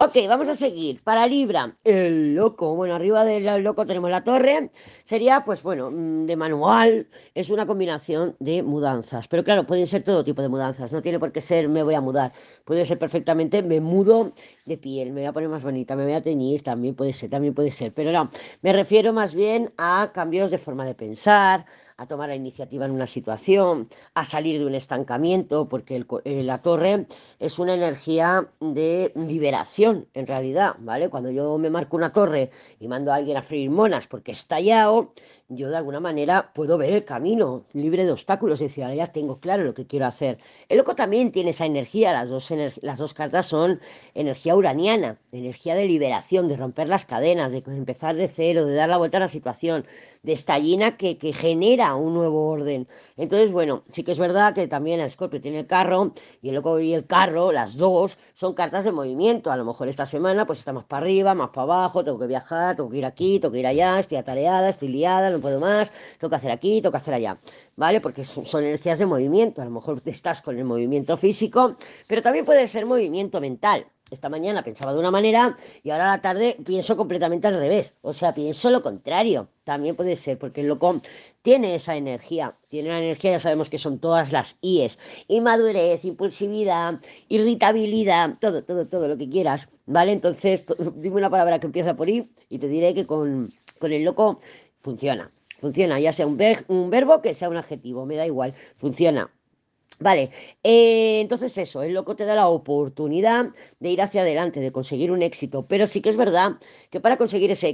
Ok, vamos a seguir. Para Libra, el loco. Bueno, arriba del loco tenemos la torre. Sería, pues bueno, de manual. Es una combinación de mudanzas. Pero claro, pueden ser todo tipo de mudanzas. No tiene por qué ser me voy a mudar. Puede ser perfectamente me mudo de piel, me voy a poner más bonita, me voy a teñir. También puede ser, también puede ser. Pero no, me refiero más bien a cambios de forma de pensar, a tomar la iniciativa en una situación, a salir de un estancamiento, porque la torre es una energía de liberación, en realidad, ¿vale? Cuando yo me marco una torre y mando a alguien a freír monas porque he estallado, yo de alguna manera puedo ver el camino libre de obstáculos y decir, ahora ya tengo claro lo que quiero hacer. El loco también tiene esa energía, las dos cartas son energía uraniana, energía de liberación, de romper las cadenas, de empezar de cero, de dar la vuelta a la situación, de estallina que genera un nuevo orden. Entonces, bueno, sí que es verdad que también el Scorpio tiene el carro y el loco y el carro, las dos, son cartas de movimiento. A lo mejor esta semana pues está más para arriba, más para abajo, tengo que viajar, tengo que ir aquí, tengo que ir allá, estoy atareada, estoy liada, no puedo más, tengo que hacer aquí, tengo que hacer allá, ¿vale? Porque son energías de movimiento. A lo mejor estás con el movimiento físico, pero también puede ser movimiento mental. Esta mañana pensaba de una manera y ahora a la tarde pienso completamente al revés. O sea, pienso lo contrario. También puede ser, porque el loco tiene esa energía. Tiene la energía, ya sabemos que son todas las IES. Inmadurez, impulsividad, irritabilidad, todo, todo, todo lo que quieras. ¿Vale? Entonces, dime una palabra que empieza por I y te diré que con el loco funciona. Funciona, ya sea un verbo que sea un adjetivo, me da igual. Funciona. Vale, entonces eso, el loco te da la oportunidad de ir hacia adelante, de conseguir un éxito, pero sí que es verdad que para conseguir ese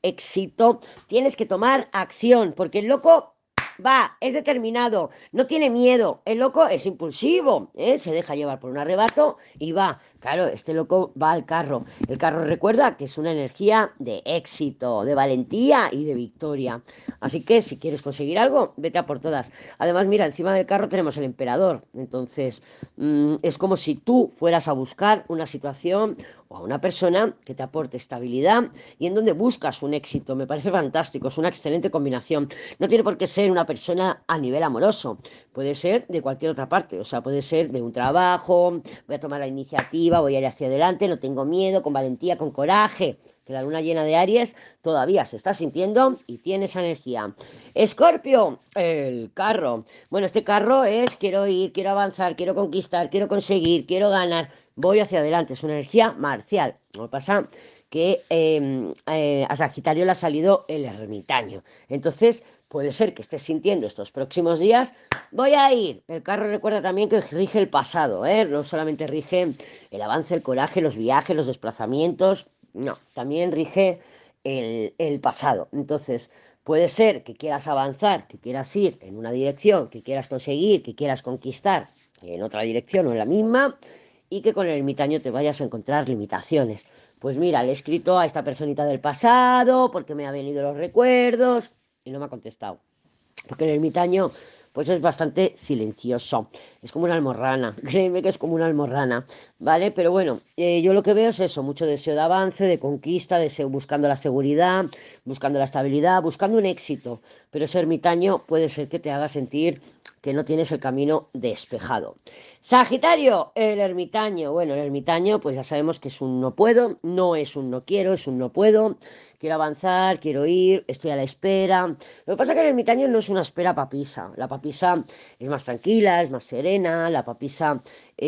éxito tienes que tomar acción, porque el loco va, es determinado, no tiene miedo, el loco es impulsivo, ¿eh? Se deja llevar por un arrebato y va. Claro, este loco va al carro. El carro recuerda que es una energía de éxito, de valentía y de victoria. Así que si quieres conseguir algo, vete a por todas. Además, mira, encima del carro tenemos el emperador. Entonces, es como si tú fueras a buscar una situación o a una persona que te aporte estabilidad y en donde buscas un éxito. Me parece fantástico, es una excelente combinación. No tiene por qué ser una persona a nivel amoroso. Puede ser de cualquier otra parte. O sea, puede ser de un trabajo, voy a tomar la iniciativa, voy a ir hacia adelante, no tengo miedo, con valentía, con coraje. Que la luna llena de Aries todavía se está sintiendo y tiene esa energía. Escorpio, el carro. Bueno, este carro es quiero ir, quiero avanzar, quiero conquistar, quiero conseguir, quiero ganar. Voy hacia adelante. Es una energía marcial. Lo que pasa que a Sagitario le ha salido el ermitaño. Entonces, puede ser que estés sintiendo estos próximos días. Voy a ir. El carro recuerda también que rige el pasado, ¿eh? No solamente rige el avance, el coraje, los viajes, los desplazamientos. No, también rige el pasado. Entonces, puede ser que quieras avanzar, que quieras ir en una dirección, que quieras conseguir, que quieras conquistar en otra dirección o en la misma, y que con el ermitaño te vayas a encontrar limitaciones. Pues mira, le he escrito a esta personita del pasado porque me ha venido los recuerdos y no me ha contestado. Porque el ermitaño, pues es bastante silencioso. Es como una almorrana. Créeme que es como una almorrana. ¿Vale? Pero bueno, yo lo que veo es eso: mucho deseo de avance, de conquista, deseo buscando la seguridad, buscando la estabilidad, buscando un éxito. Pero ese ermitaño puede ser que te haga sentir que no tienes el camino despejado. Sagitario, el ermitaño. Bueno, el ermitaño, pues ya sabemos que es un no puedo, no es un no quiero, es un no puedo. Quiero avanzar, quiero ir, estoy a la espera. Lo que pasa es que el ermitaño no es una espera papisa. La papisa es más tranquila, es más serena. La papisa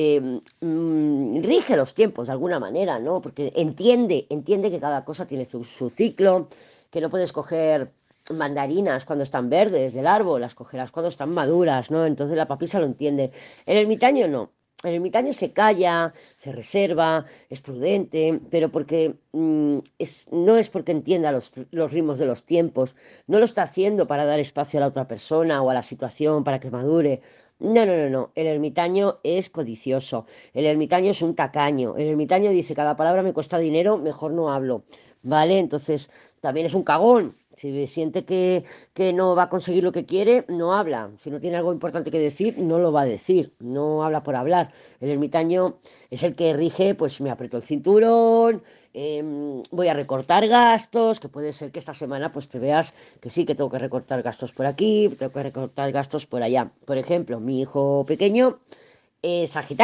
rige los tiempos de alguna manera, ¿no? Porque entiende que cada cosa tiene su ciclo, que no puedes coger mandarinas cuando están verdes del árbol, las cogerás cuando están maduras, ¿no? Entonces la papisa lo entiende. El ermitaño no. El ermitaño se calla, se reserva, es prudente, pero porque no es porque entienda los ritmos de los tiempos, no lo está haciendo para dar espacio a la otra persona o a la situación para que madure. No, no, no, no. El ermitaño es codicioso. El ermitaño es un tacaño. El ermitaño dice, cada palabra me cuesta dinero, mejor no hablo. ¿Vale? Entonces, también es un cagón. Si siente que no va a conseguir lo que quiere, no habla. Si no tiene algo importante que decir, no lo va a decir. No habla por hablar. El ermitaño es el que rige, pues me aprieto el cinturón, voy a recortar gastos, que puede ser que esta semana pues te veas que sí, que tengo que recortar gastos por aquí, tengo que recortar gastos por allá. Por ejemplo, mi hijo pequeño es Sagitario.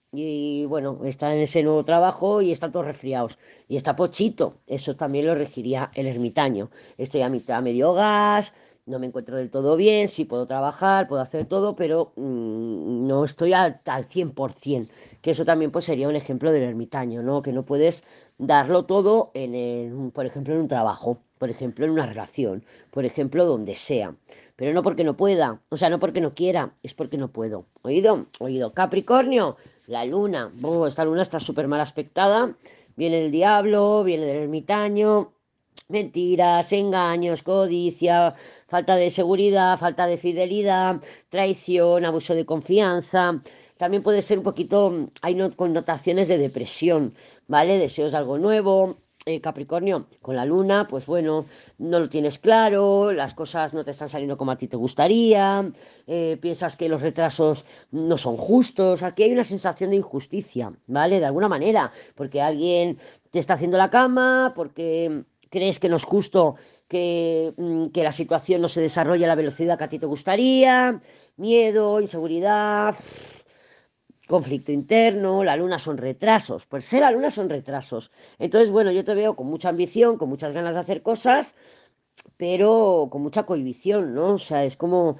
y bueno, está en ese nuevo trabajo y están todos resfriados. Y está Pochito, eso también lo regiría el ermitaño. Estoy a mitad, a medio gas, no me encuentro del todo bien, sí puedo trabajar, puedo hacer todo, pero no estoy al 100%, que eso también pues sería un ejemplo del ermitaño, ¿no? Que no puedes darlo todo por ejemplo, en un trabajo, por ejemplo, en una relación, por ejemplo, donde sea. Pero no porque no pueda, o sea, no porque no quiera, es porque no puedo. ¿Oído? Oído. Capricornio, la luna. Esta luna está súper mal aspectada. Viene el diablo, viene del ermitaño. Mentiras, engaños, codicia, falta de seguridad, falta de fidelidad, traición, abuso de confianza. También puede ser un poquito, hay connotaciones de depresión, ¿vale? Deseos de algo nuevo. Capricornio, con la luna, pues bueno, no lo tienes claro, las cosas no te están saliendo como a ti te gustaría, piensas que los retrasos no son justos. Aquí hay una sensación de injusticia, ¿vale? De alguna manera, porque alguien te está haciendo la cama, porque crees que no es justo que la situación no se desarrolle a la velocidad que a ti te gustaría, miedo, inseguridad, conflicto interno, la luna son retrasos, por ser la luna son retrasos. Entonces, bueno, yo te veo con mucha ambición, con muchas ganas de hacer cosas, pero con mucha cohibición, ¿no? O sea, es como,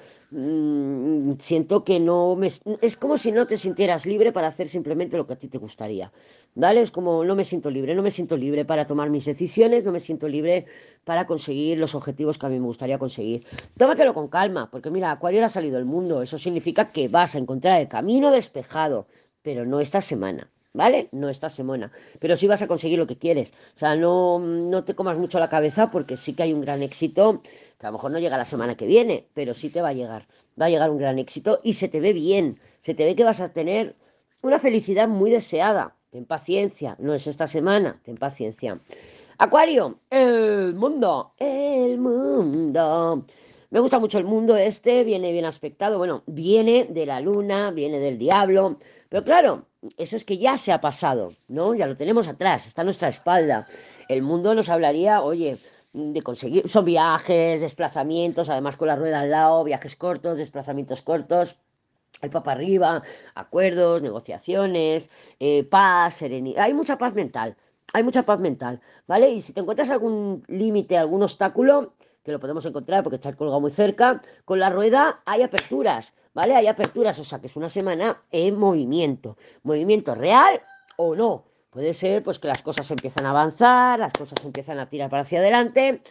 siento que no me... Es como si no te sintieras libre para hacer simplemente lo que a ti te gustaría, ¿vale? Es como, no me siento libre, no me siento libre para tomar mis decisiones, no me siento libre para conseguir los objetivos que a mí me gustaría conseguir. Tómatelo con calma, porque mira, Acuario ha salido del mundo, eso significa que vas a encontrar el camino despejado, pero no esta semana. ¿Vale? No esta semana, pero sí vas a conseguir lo que quieres. O sea, no te comas mucho la cabeza porque sí que hay un gran éxito, que a lo mejor no llega la semana que viene, pero sí te va a llegar. Va a llegar un gran éxito y se te ve bien, se te ve que vas a tener una felicidad muy deseada. Ten paciencia, no es esta semana, ten paciencia. Acuario, el mundo, el mundo. Me gusta mucho el mundo este, viene bien aspectado. Bueno, viene de la luna, viene del diablo. Pero claro, eso es que ya se ha pasado, ¿no? Ya lo tenemos atrás, está a nuestra espalda. El mundo nos hablaría, oye, de conseguir, son viajes, desplazamientos, además con la rueda al lado, viajes cortos, desplazamientos cortos. Hay para arriba, acuerdos, negociaciones, paz, serenidad. Hay mucha paz mental, hay mucha paz mental, ¿vale? Y si te encuentras algún límite, algún obstáculo, que lo podemos encontrar porque está el colgado muy cerca, con la rueda hay aperturas, ¿vale? Hay aperturas, o sea que es una semana en movimiento real o no. Puede ser pues que las cosas empiezan a avanzar, las cosas empiezan a tirar para hacia adelante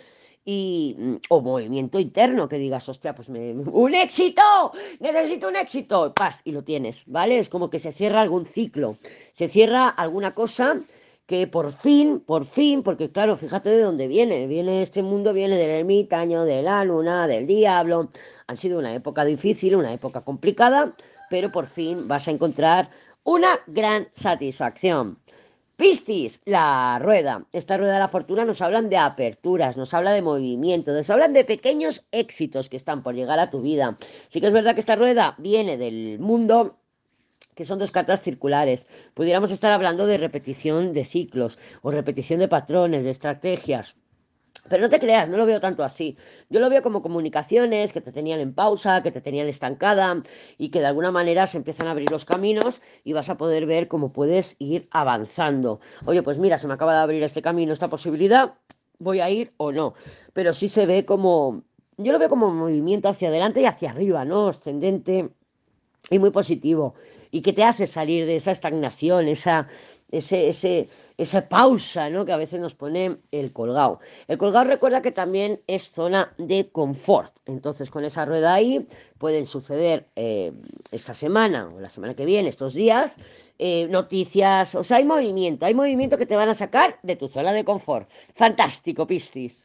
o movimiento interno que digas, hostia, pues un éxito, necesito un éxito, paz, y lo tienes, ¿vale? Es como que se cierra algún ciclo, se cierra alguna cosa que por fin, porque claro, fíjate de dónde viene este mundo, viene del ermitaño, de la luna, del diablo, han sido una época difícil, una época complicada, pero por fin vas a encontrar una gran satisfacción. Piscis, la rueda. Esta rueda de la fortuna nos hablan de aperturas, nos habla de movimiento, nos hablan de pequeños éxitos que están por llegar a tu vida. Sí que es verdad que esta rueda viene del mundo, que son dos cartas circulares. Pudiéramos estar hablando de repetición de ciclos o repetición de patrones, de estrategias. Pero no te creas, no lo veo tanto así. Yo lo veo como comunicaciones que te tenían en pausa, que te tenían estancada y que de alguna manera se empiezan a abrir los caminos y vas a poder ver cómo puedes ir avanzando. Oye, pues mira, se me acaba de abrir este camino, esta posibilidad, voy a ir o no. Pero sí se ve como, yo lo veo como movimiento hacia adelante y hacia arriba, ¿no? Ascendente y muy positivo y que te hace salir de esa estagnación, ese, ese, esa pausa, ¿no? Que a veces nos pone el colgado. El colgado recuerda que también es zona de confort. Entonces, con esa rueda ahí pueden suceder esta semana o la semana que viene, estos días, noticias. O sea, hay movimiento que te van a sacar de tu zona de confort. Fantástico, Piscis.